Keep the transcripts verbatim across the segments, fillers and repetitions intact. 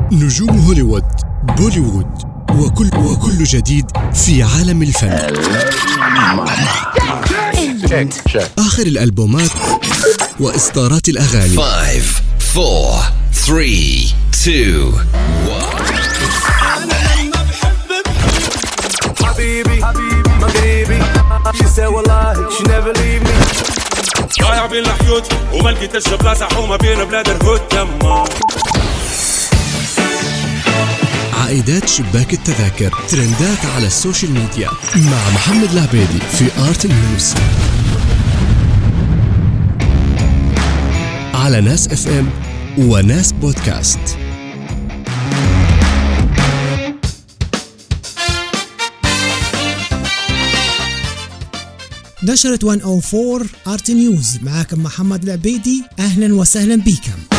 نجوم هوليوود، بوليوود، وكل وكل جديد في عالم الفن. آخر الألبومات وإصدارات الأغاني. five, four, three, two, one. حبيبي حبيبي مغربي she said والله she never leave me. ضايع بين الحيوت وما لقيتش بلاصة حومة بين بلاد الهود تما. عائدات شباك التذاكر، ترندات على السوشيال ميديا مع محمد العبيدي في آرت نيوز على ناس اف ام وناس بودكاست. نشرة مئة وأربعة آرت نيوز، معاكم محمد العبيدي، أهلا وسهلا بكم.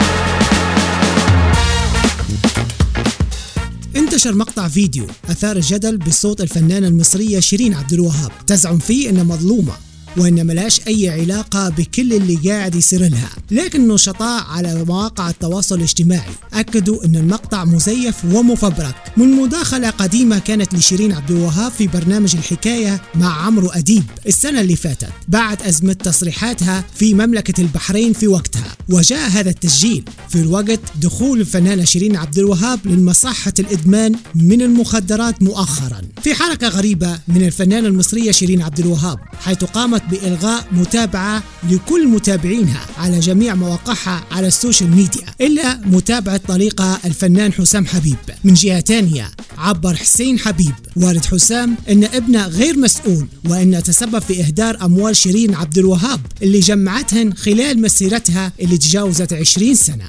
انتشر مقطع فيديو أثار الجدل بصوت الفنانة المصرية شيرين عبد الوهاب، تزعم فيه إنها مظلومة وإن ملاش أي علاقة بكل اللي قاعد يصير لها، لكن نشطاء على مواقع التواصل الاجتماعي أكدوا أن المقطع مزيف ومفبرك من مداخلة قديمة كانت لشيرين عبد الوهاب في برنامج الحكاية مع عمرو أديب السنة اللي فاتت بعد أزمة تصريحاتها في مملكة البحرين في وقتها. وجاء هذا التسجيل في الوقت دخول الفنانة شيرين عبد الوهاب للمصحة الإدمان من المخدرات مؤخرا، في حركة غريبة من الفنانة المصرية شيرين عبد الوهاب، حيث قامت بإلغاء متابعة لكل متابعينها على جميع مواقعها على السوشيال ميديا إلا متابعة طليقة الفنان حسام حبيب. من جهة تانية عبر حسين حبيب والد حسام أن ابنه غير مسؤول وأنه تسبب في إهدار أموال شيرين عبد الوهاب اللي جمعتهن خلال مسيرتها اللي تجاوزت عشرين سنة.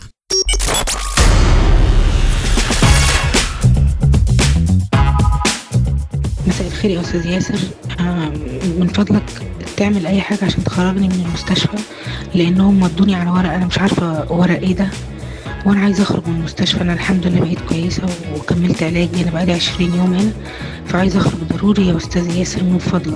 مساء الخير يا أستاذ ياسر، من فضلك تعمل أي حاجة عشان تخرجني من المستشفى، لأنهم ودوني على ورق أنا مش عارفة ورق إيه ده، وأنا عايزة أخرج من المستشفى. أنا الحمد لله بقيت كويسة وكملت علاجي، أنا بقالي عشرين يوم هنا، فعايزة أخرج ضروري يا أستاذ ياسر من فضلك.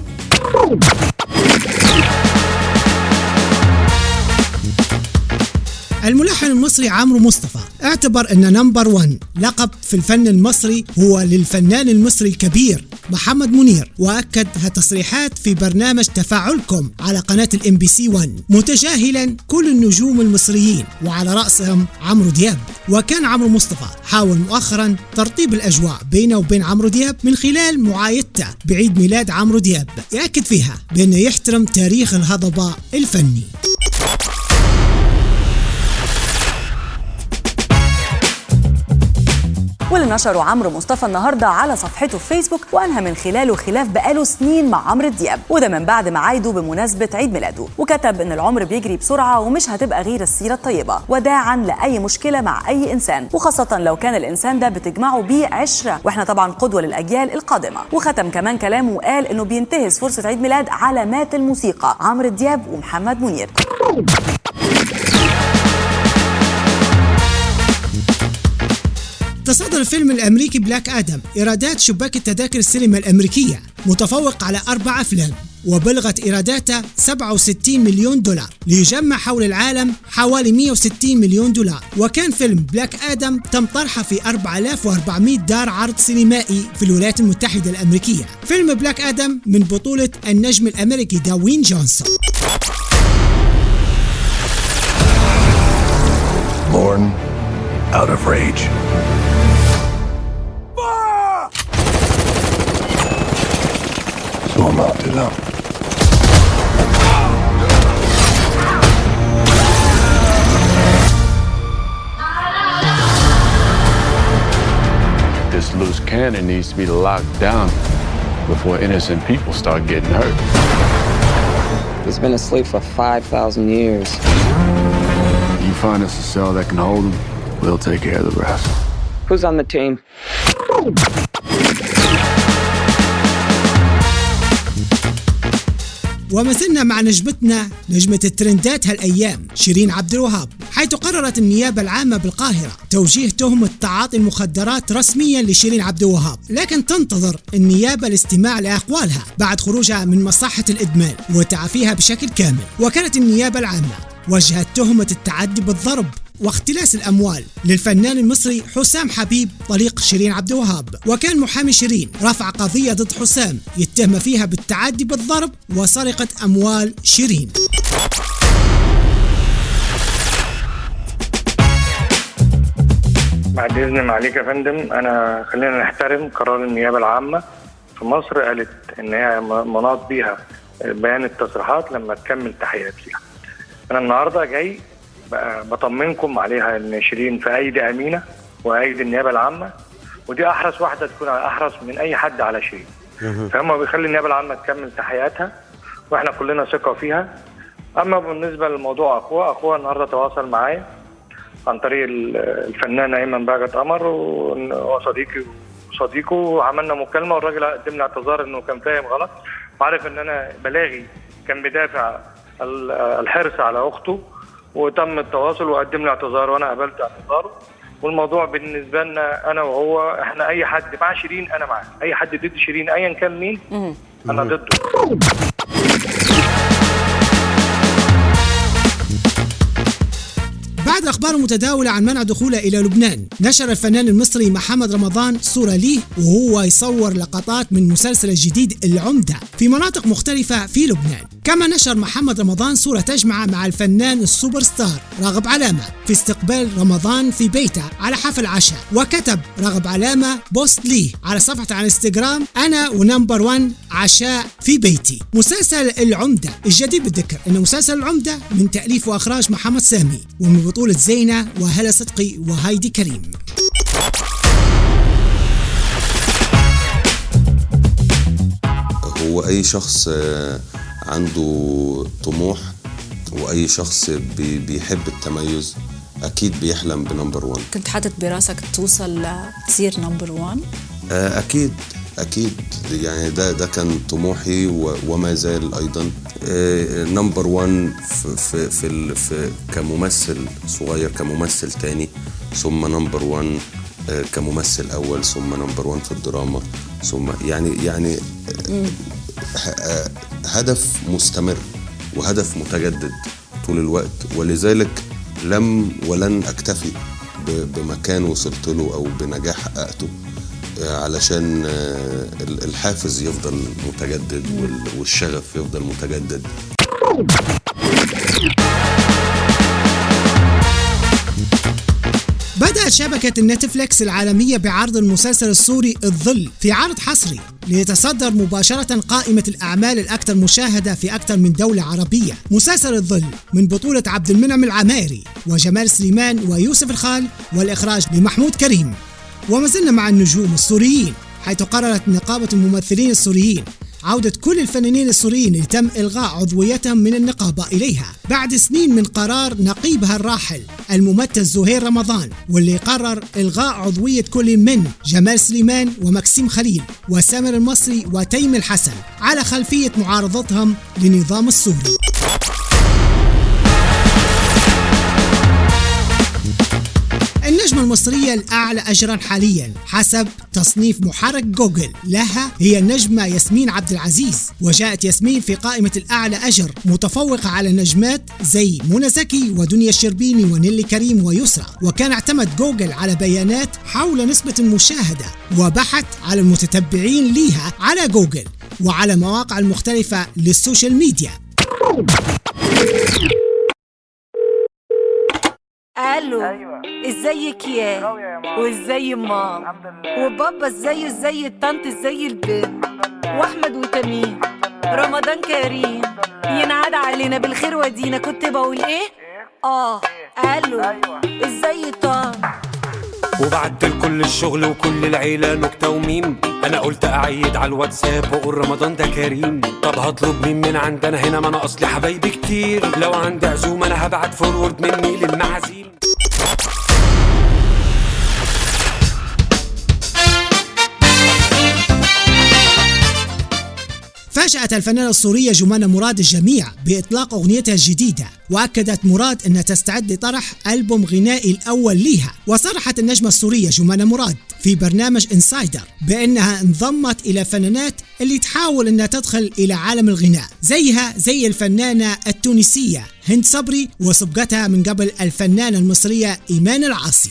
الملحن المصري عمرو مصطفى اعتبر ان نمبر وان لقب في الفن المصري هو للفنان المصري الكبير محمد منير، واكد هالتصريحات في برنامج تفاعلكم على قناة الام بي سي واحد متجاهلا كل النجوم المصريين وعلى رأسهم عمرو دياب. وكان عمرو مصطفى حاول مؤخرا ترطيب الاجواء بينه وبين عمرو دياب من خلال معايدته بعيد ميلاد عمرو دياب، يأكد فيها بانه يحترم تاريخ الهضبة الفني. واللي نشره عمرو مصطفى النهارده على صفحته في فيسبوك وانهى من خلاله خلاف بقاله سنين مع عمرو دياب، وده من بعد ما عايده بمناسبه عيد ميلاده، وكتب ان العمر بيجري بسرعه ومش هتبقى غير السيره الطيبه وداعا لاي مشكله مع اي انسان، وخاصه لو كان الانسان ده بتجمعه بيه عشره، واحنا طبعا قدوه للاجيال القادمه. وختم كمان كلامه وقال انه بينتهز فرصه عيد ميلاد علامات الموسيقى عمرو دياب ومحمد منير. تصدر الفيلم الأمريكي بلاك آدم إيرادات شباك التذاكر السينما الأمريكية، متفوق على أربع أفلام، وبلغت إيراداته سبعة وستين مليون دولار ليجمع حول العالم حوالي مئة وستين مليون دولار. وكان فيلم بلاك آدم تم طرحه في أربعة آلاف وأربعمئة دار عرض سينمائي في الولايات المتحدة الأمريكية. فيلم بلاك آدم من بطولة النجم الأمريكي دوين جونسون. Born out of rage. So I'm out to them. This loose cannon needs to be locked down before innocent people start getting hurt. He's been asleep for five thousand years. You find us a cell that can hold him, we'll take care of the rest. Who's on the team? وما زلنا مع نجمتنا نجمة الترندات هالأيام شيرين عبد الوهاب، حيث قررت النيابة العامة بالقاهرة توجيه تهمة تعاطي المخدرات رسميا لشيرين عبد الوهاب، لكن تنتظر النيابة الاستماع لأقوالها بعد خروجها من مصحة الإدمان وتعافيها بشكل كامل. وكانت النيابة العامة وجهت تهمة التعدي بالضرب واختلاس الأموال للفنان المصري حسام حبيب طريق شيرين عبد الوهاب. وكان محامي شيرين رفع قضية ضد حسام يتهم فيها بالتعدي بالضرب وسرقة أموال شيرين. بعد إذن معاليك يا فندم، أنا خلينا نحترم قرار النيابة العامة في مصر، قالت إن هي مناط بيها بيان التصريحات لما تكمل تحقيقات فيها. أنا النهاردة جاي بطمنكم عليها إن شيرين في أيدي أمينة وأيدي النيابة العامة، ودي أحرص واحدة تكون أحرص من أي حد على شيرين. فهم بيخلي النيابة العامة تكمل تحقيقاتها وإحنا كلنا ثقة فيها. أما بالنسبة للموضوع أخوها، أخوها النهاردة تواصل معايا عن طريق الفنان أيمن بهجت قمر وصديقي وصديقه، وعملنا مكالمة والراجل قدم لي اعتذار إنه كان فاهم غلط وعارف إن أنا بلاغي كان بدافع الحرص على أخته، وتم التواصل وقدم لي اعتذار وأنا قبلت اعتذاره. والموضوع بالنسبة لنا أنا وهو، إحنا أي حد مع شيرين أنا معاه، أي حد ضد شيرين أيا كان مين أنا ضده. بعد الأخبار المتداولة عن منع دخوله إلى لبنان، نشر الفنان المصري محمد رمضان صورة ليه وهو يصور لقطات من مسلسل الجديد العمدة في مناطق مختلفة في لبنان. كما نشر محمد رمضان صورة تجمعه مع الفنان السوبر ستار راغب علامة في استقبال رمضان في بيته على حفل عشاء، وكتب راغب علامة بوست ليه على صفحته على انستغرام: أنا ونمبر وان عشاء في بيتي. مسلسل العمدة الجديد بالذكر إنه مسلسل العمدة من تأليف وإخراج محمد سامي، ومن بطولة زينة وهلا صدقي وهايدي كريم. هو أي شخص عنده طموح وأي شخص بيحب التميز أكيد بيحلم بنمبر وان. كنت حاطط براسك توصل لتصير نمبر وان؟ أكيد أكيد، يعني ده ده كان طموحي وما زال أيضا نمبر وان في في في, في كممثل صغير، كممثل تاني، ثم نمبر وان كممثل أول، ثم نمبر وان في الدراما، ثم يعني يعني هدف مستمر وهدف متجدد طول الوقت، ولذلك لم ولن أكتفي بمكان وصلت له أو بنجاح حققته، علشان الحافز يفضل متجدد والشغف يفضل متجدد. بدأت شبكة النتفليكس العالمية بعرض المسلسل السوري الظل في عرض حصري ليتصدر مباشرة قائمة الأعمال الأكثر مشاهدة في أكثر من دولة عربية. مسلسل الظل من بطولة عبد المنعم العماري وجمال سليمان ويوسف الخال، والإخراج لمحمود كريم. وما زلنا مع النجوم السوريين، حيث قررت نقابة الممثلين السوريين عودة كل الفنانين السوريين اللي تم إلغاء عضويتهم من النقابة إليها بعد سنين من قرار نقيبها الراحل الممثل زهير رمضان، واللي قرر إلغاء عضوية كل من جمال سليمان ومكسيم خليل وسامر المصري وتيم الحسن على خلفية معارضتهم للنظام السوري. النجمة المصرية الأعلى أجراً حالياً حسب تصنيف محرك جوجل لها هي النجمة ياسمين عبد العزيز، وجاءت ياسمين في قائمة الأعلى أجر متفوقة على نجمات زي منى زكي ودنيا الشربيني ونيلي كريم ويسرى. وكان اعتمد جوجل على بيانات حول نسبة المشاهدة وبحث على المتتبعين ليها على جوجل وعلى مواقع المختلفة للسوشيال ميديا. الو، ازيك يا وازاي مام وبابا، ازاي ازاي الطنط، ازاي البنت واحمد وتميم، رمضان كريم ينعاد علينا بالخير ودينا. كنت بقول ايه؟ اه الو، ازاي طنط. وبعت لكل الشغل وكل العيلة نكتة وميم، انا قلت اعيد على الواتساب واقول رمضان ده كريم. طب هطلب مين من عندنا هنا؟ ما انا اصلي حبايبي كتير، لو عندي عزومة انا هبعت فورورد مني للمعازيم. فاجأت الفنانة السورية جمانة مراد الجميع بإطلاق أغنيتها الجديدة، وأكدت مراد أنها تستعد لطرح ألبوم غنائي الأول لها. وصرحت النجمة السورية جمانة مراد في برنامج انسايدر بأنها انضمت إلى فنانات اللي تحاول أنها تدخل إلى عالم الغناء زيها زي الفنانة التونسية هند صبري، وسبقتها من قبل الفنانة المصرية إيمان العاصي.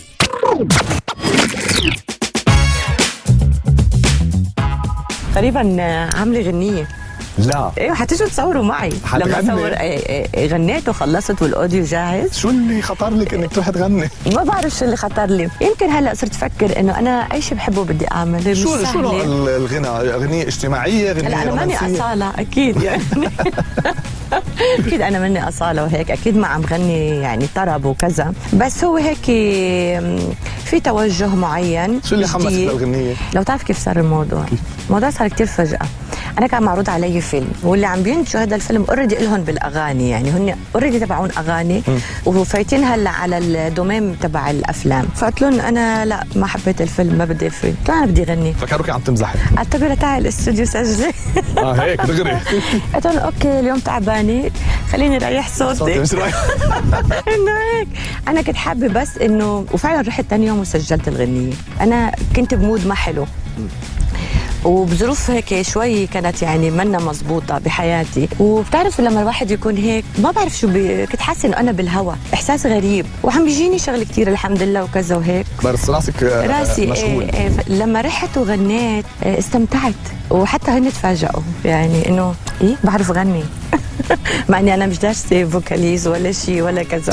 قريبا عامله غنيه. لا ايوه حتيجوا تصوروا معي لما اصور. غنيت وخلصت والاوديو جاهز. شو اللي خطر لك انك تروح تغني؟ ما بعرف شو اللي خطر لي، يمكن هلا صرت افكر انه انا اي شيء بحبه بدي اعمل. شو شو نوع الغناء؟ اغنيه اجتماعيه، غنيه لا انا ماني اصاله اكيد يعني اكيد انا ماني اصاله وهيك، اكيد ما عم غني يعني طرب وكذا، بس هو هيك في توجه معين. شو اللي حمسك للغنيه؟ لو تعرف كيف صار الموضوع، الموضوع صار كتير فجأة. أنا كان معروض علي فيلم، واللي عم بينتجوا هذا الفيلم اوريدي لهم بالأغاني، يعني هن اوريدي تبعون أغاني وفايتين هلا على الدومين تبع الأفلام. فقلت لهم أنا لا ما حبيت الفيلم، ما بدي الفيلم، قلت أنا بدي غني. فكروك عم تمزحي؟ اعتبرها تعال الاستوديو سجلي. اه هيك دغري. قلت لهم أوكي اليوم تعبانة خليني ريح صوتي. صوتي مش رايح. إنه هيك أنا كنت حابة بس إنه، وفعلا رحت ثاني يوم وسجلت الغنية. أنا كنت بمود ما حلو وبظروف هيك شوي كانت يعني منا مزبوطة بحياتي، وبتعرف لما الواحد يكون هيك ما بعرف شو بي... كنت حاسة إنه أنا بالهوا، إحساس غريب، وعم بيجيني شغل كتير الحمد لله وكذا وهيك. بس راسك راسي مشغول. إيه إيه لما رحت وغنيت إيه استمتعت، وحتى هن تفاجئوا يعني إنه إيه بعرف غني مع إني أنا مش دارسة فوكاليز ولا شيء ولا كذا.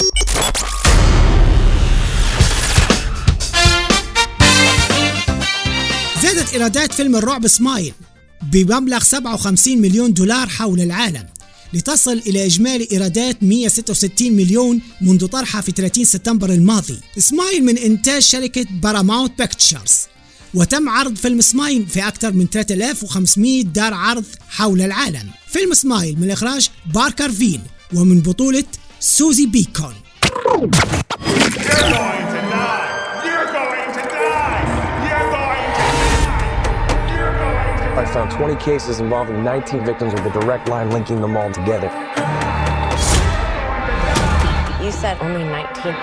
زادت إيرادات فيلم الرعب سمايل بمبلغ سبعة وخمسين مليون دولار حول العالم، لتصل إلى إجمالي إيرادات مئة وستة وستين مليون منذ طرحها في ثلاثين سبتمبر الماضي. سمايل من إنتاج شركة باراماونت بيكتشرز، وتم عرض فيلم سمايل في أكثر من ثلاثة آلاف وخمسمئة دار عرض حول العالم. فيلم سمايل من إخراج باركر فين ومن بطولة سوزي بيكون. I found twenty cases involving nineteen victims with a direct line linking them all together. You said only nineteen.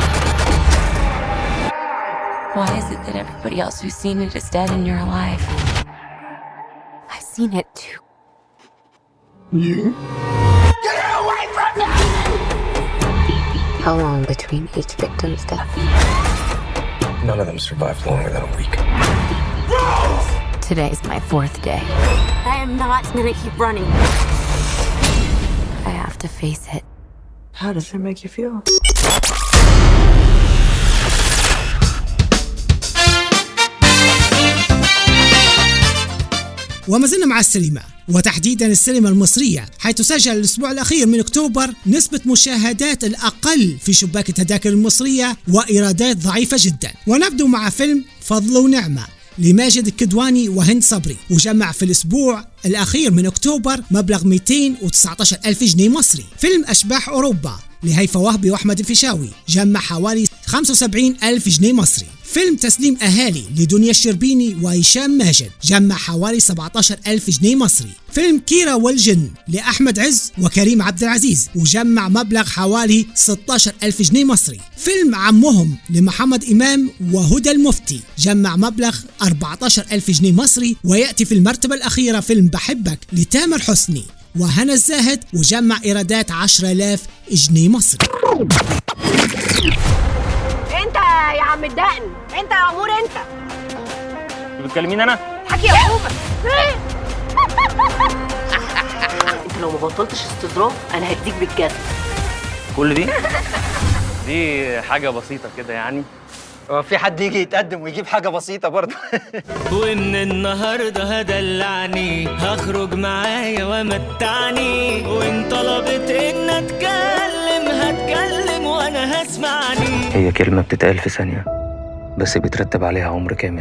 Why is it that everybody else who's seen it is dead and you're alive? I've seen it too. You? Get away from me! How long between each victim's death? None of them survived longer than a week. Today's my fourth day. I am not gonna keep running. I have to face it. How does it make you feel? وما زلنا مع السينما، وتحديدا السينما المصرية، حيث سجل الأسبوع الأخير من أكتوبر نسبة مشاهدات الأقل في شباك التذاكر المصرية وإيرادات ضعيفة جدا. ونبدأ مع فيلم فضل ونعمة لماجد الكدواني وهند صبري، وجمع في الأسبوع الأخير من أكتوبر مبلغ مئتين وتسعة عشر ألف جنيه مصري. فيلم أشباح أوروبا لهيفا وهبي وأحمد الفيشاوي جمع حوالي خمسة وسبعين ألف جنيه مصري. فيلم تسليم أهالي لدنيا الشربيني وهشام ماجد جمع حوالي سبعة عشر ألف جنيه مصري. فيلم كيرة والجن لأحمد عز وكريم عبد العزيز وجمع مبلغ حوالي ستة عشر ألف جنيه مصري. فيلم عمهم لمحمد إمام وهدى المفتي جمع مبلغ أربعة عشر ألف جنيه مصري. ويأتي في المرتبة الأخيرة فيلم بحبك لتامر حسني وهنا الزاهد وجمع إيرادات عشرة آلاف جنيه مصري. انت يا عم الدقن، انت يا امور، انت بتكلمين انا؟ حكي يا بوبا. انت لو ما بطلتش استظراف انا هديك بالجزم. كل دي دي حاجه بسيطه كده يعني. هو في حد يجي يتقدم ويجيب حاجه بسيطه برضه؟ ومن النهارده هدلعني، هخرج معايا ومتعني، وان طلبت ان اتكلم هتكلم وانا هسمعني. هي كلمه بتتقال في ثانيه بس بيترتب عليها عمر كامل.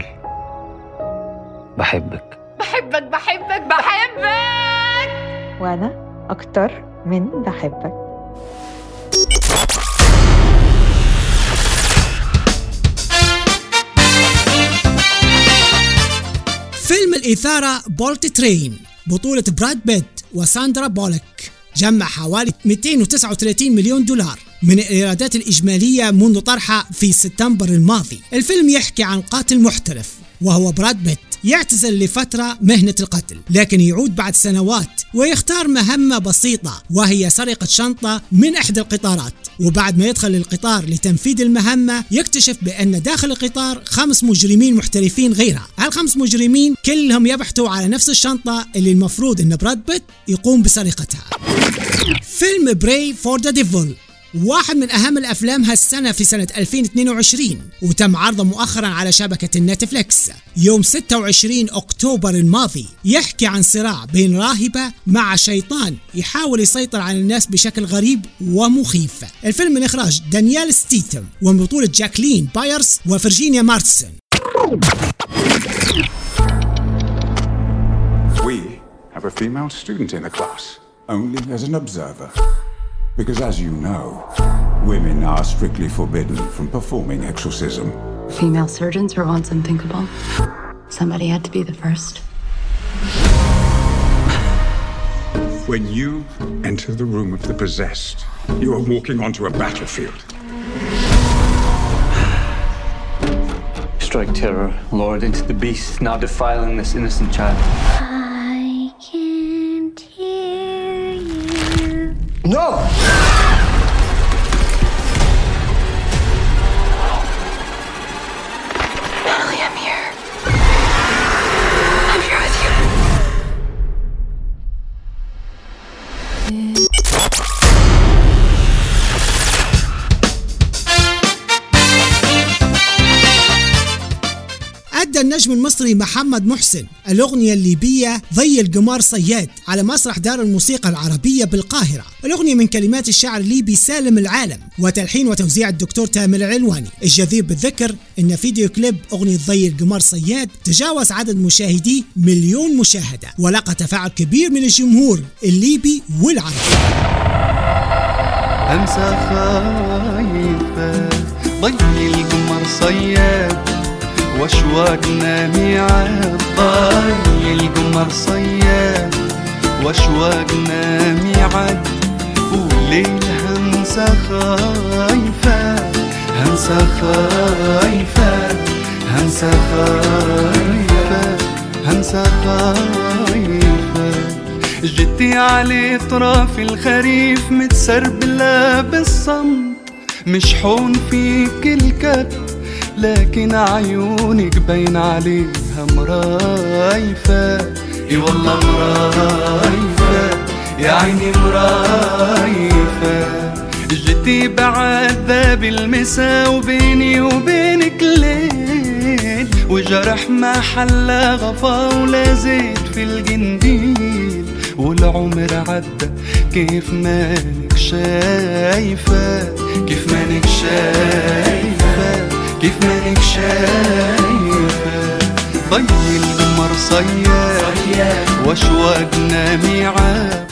بحبك بحبك بحبك بحبك وانا اكتر من بحبك. فيلم الإثارة بولت ترين بطولة براد بيت وساندرا بولك جمع حوالي مئتين وتسعة وثلاثين مليون دولار من الإيرادات الإجمالية منذ طرحه في سبتمبر الماضي. الفيلم يحكي عن قاتل محترف وهو براد بيت يعتزل لفترة مهنة القتل، لكن يعود بعد سنوات ويختار مهمة بسيطة وهي سرقة شنطة من إحدى القطارات. وبعد ما يدخل القطار لتنفيذ المهمة يكتشف بأن داخل القطار خمس مجرمين محترفين غيرها. هالخمس مجرمين كلهم يبحثوا على نفس الشنطة اللي المفروض أن براد بيت يقوم بسرقتها. فيلم براي فور ذا ديفل واحد من أهم الأفلام هالسنة في سنة ألفين واثنين وعشرين، وتم عرضه مؤخرا على شبكة النتفليكس يوم ستة وعشرين أكتوبر الماضي. يحكي عن صراع بين راهبة مع شيطان يحاول يسيطر على الناس بشكل غريب ومخيف. الفيلم من إخراج دانيال ستيتم ومن بطولة جاكلين بايرس وفرجينيا مارتسون. We have a female student in the class, only as an observer. Because as you know, women are strictly forbidden from performing exorcism. Female surgeons were once unthinkable. Somebody had to be the first. When you enter the room of the possessed, you are walking onto a battlefield. Strike terror, Lord, into the beast, now defiling this innocent child. I can't hear you. No! Natalie, I'm here. I'm here with you. أدى النجم المصري محمد محسن الأغنية الليبية ضي القمار صياد على مسرح دار الموسيقى العربية بالقاهرة. الأغنية من كلمات الشاعر الليبي سالم العالم وتلحين وتوزيع الدكتور تامر العلواني. الجدير بالذكر أن فيديو كليب أغنية ضي القمار صياد تجاوز عدد مشاهديه مليون مشاهدة ولقى تفاعل كبير من الجمهور الليبي والعربي. أمسى خايفة ضي القمر صياد واشواقنا ميعاد. ضي القمر صياد واشواقنا ميعاد والليل همسة خايفة همسة خايفة همسة خايفة همسة خايفة. جدي على طراف الخريف متسربلة بالصمت مشحون فيك الكت لكن عيونك باين عليها مرايفة. اي والله مرايفة يا عيني مرايفة. جدي بعد ذاب المسا وبيني وبينك ليل وجرح ما حلا غفا ولا زيت في القنديل والعمر عدى كيف مانك شايفة كيف مانك شايفة كيف مانك شايفة. ضي القمر صياد واشواقنا ميعاد.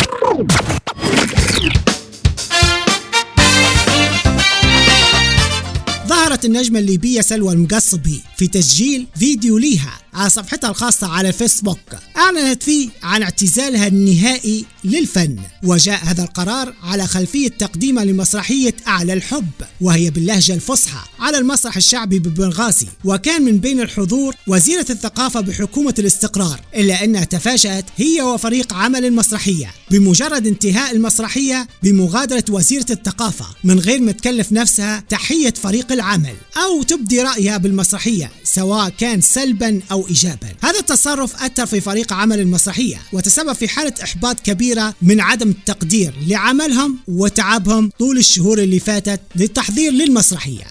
ظهرت النجمة الليبية سلوى المقصبي في تسجيل فيديو ليها على صفحتها الخاصة على الفيسبوك أعلنت فيه عن اعتزالها النهائي للفن. وجاء هذا القرار على خلفية تقديمها لمسرحية أعلى الحب وهي باللهجة الفصحى على المسرح الشعبي ببنغازي. وكان من بين الحضور وزيرة الثقافة بحكومة الاستقرار، إلا أنها تفاجأت هي وفريق عمل المسرحية بمجرد انتهاء المسرحية بمغادرة وزيرة الثقافة من غير ما تكلف نفسها تحية فريق العمل أو تبدي رأيها بالمسرحية سواء كان سلبا أو إيجابا. هذا التصرف أثر في فريق عمل المسرحية وتسبب في حالة إحباط كبيرة من عدم التقدير لعملهم وتعبهم طول الشهور اللي فاتت للتحضير للمسرحية.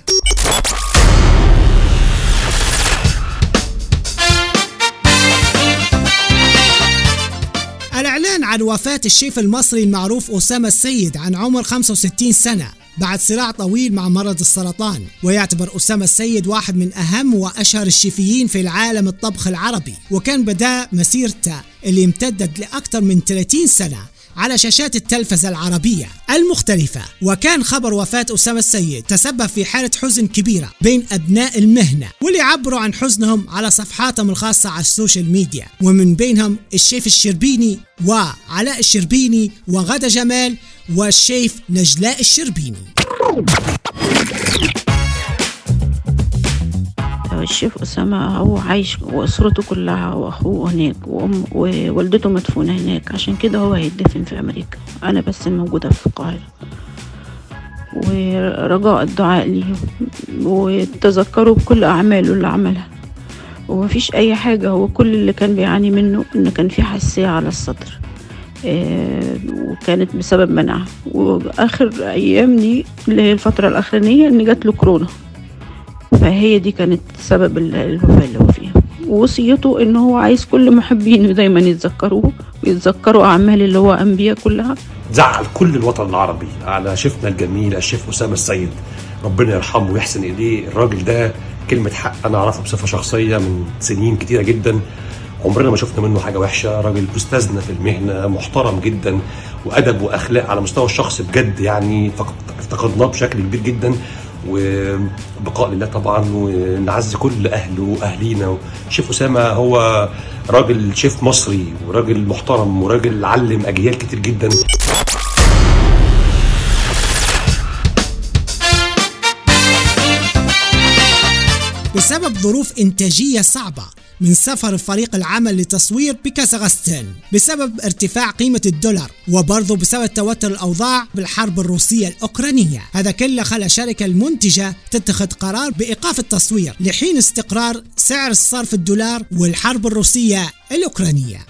الإعلان عن وفاة الشيف المصري المعروف أسامة السيد عن عمر خمسة وستين سنة بعد صراع طويل مع مرض السرطان. ويعتبر أسامة السيد واحد من أهم وأشهر الشيفيين في العالم الطبخ العربي، وكان بدأ مسيرته اللي امتدت لأكثر من ثلاثين سنة على شاشات التلفزة العربية المختلفة. وكان خبر وفاة أسامة السيد تسبب في حالة حزن كبيرة بين أبناء المهنة، واللي عبروا عن حزنهم على صفحاتهم الخاصة على السوشيال ميديا، ومن بينهم الشيف الشربيني وعلاء الشربيني وغادة جمال والشيف نجلاء الشربيني. الشيف أسامة هو عايش وأسرته كلها وأخوه هناك وأم ووالدته مدفونة هناك، عشان كده هو هيدفن في أمريكا. أنا بس الموجودة في القاهرة، ورجاء الدعاء ليه وتذكروا بكل أعماله اللي عملها، ومفيش أي حاجة. هو كل اللي كان بيعاني منه إنه كان في حساسية على الصدر، إيه وكانت بسبب منعها. وآخر أيام دي اللي هي الفترة الأخرانية إن جات له كورونا، فهي دي كانت سبب الوفاة اللي هو فيها. ووصيته إنه هو عايز كل محبينه دايما يتذكروه ويتذكروا أعمال اللي هو أنبياء كلها. زعل كل الوطن العربي على شيفنا الجميل الشيف أسامة السيد، ربنا يرحمه ويحسن إليه. الراجل ده كلمة حق، أنا أعرفه بصفة شخصية من سنين كتيرة جدا، عمرنا ما شفنا منه حاجة وحشة. راجل أستاذنا في المهنة، محترم جدا وأدب وأخلاق على مستوى الشخص بجد، يعني افتقدناه بشكل كبير جدا. وبقاء لله طبعا، ونعز كل أهله وأهلينا. شيف أسامة هو راجل شيف مصري وراجل محترم وراجل علم أجيال كتير جدا. بسبب ظروف إنتاجية صعبة من سفر فريق العمل لتصوير بكازاخستان بسبب ارتفاع قيمة الدولار، وبرضه بسبب توتر الأوضاع بالحرب الروسية الأوكرانية، هذا كله خلى الشركة المنتجة تتخذ قرار بإيقاف التصوير لحين استقرار سعر الصرف الدولار والحرب الروسية الأوكرانية.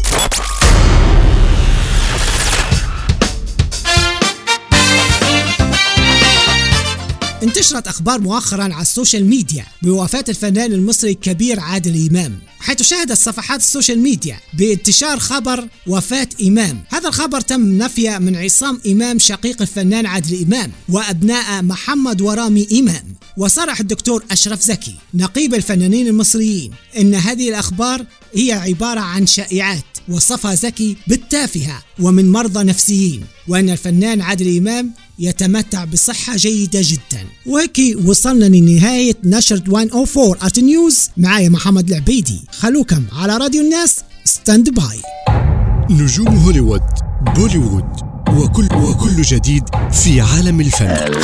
انتشرت أخبار مؤخرا على السوشيال ميديا بوفاة الفنان المصري الكبير عادل إمام، حيث شهدت صفحات السوشيال ميديا بانتشار خبر وفاة إمام. هذا الخبر تم نفيه من عصام إمام شقيق الفنان عادل إمام وأبناء محمد ورامي إمام. وصرح الدكتور أشرف زكي نقيب الفنانين المصريين إن هذه الأخبار هي عبارة عن شائعات، وصفها زكي بالتافهة ومن مرضى نفسيين، وأن الفنان عادل إمام يتمتع بصحة جيدة جدا. وهيك وصلنا لنهاية نشرة مئة وأربعة أرت نيوز. معايا محمد العبيدي، خلوكم على راديو الناس ستاند باي. نجوم هوليوود، بوليوود، وكل وكل جديد في عالم الفن.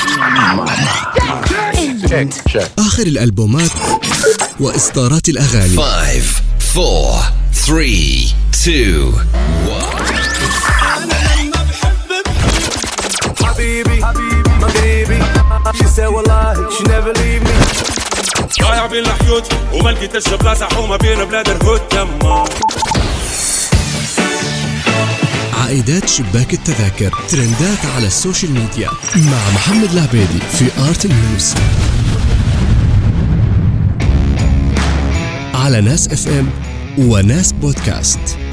آخر الألبومات وإصدارات الأغاني. five, four, three, two, one. حبيبي حبيبي مغربي she said والله she never leave me. ضايع بين الحيوت وما لقيتش بلاصة حومة بين بلاد الهود تما. عائدات شباك التذاكر، ترندات على السوشيال ميديا مع محمد العبيدي في آرت نيوز على ناس اف ام وناس بودكاست.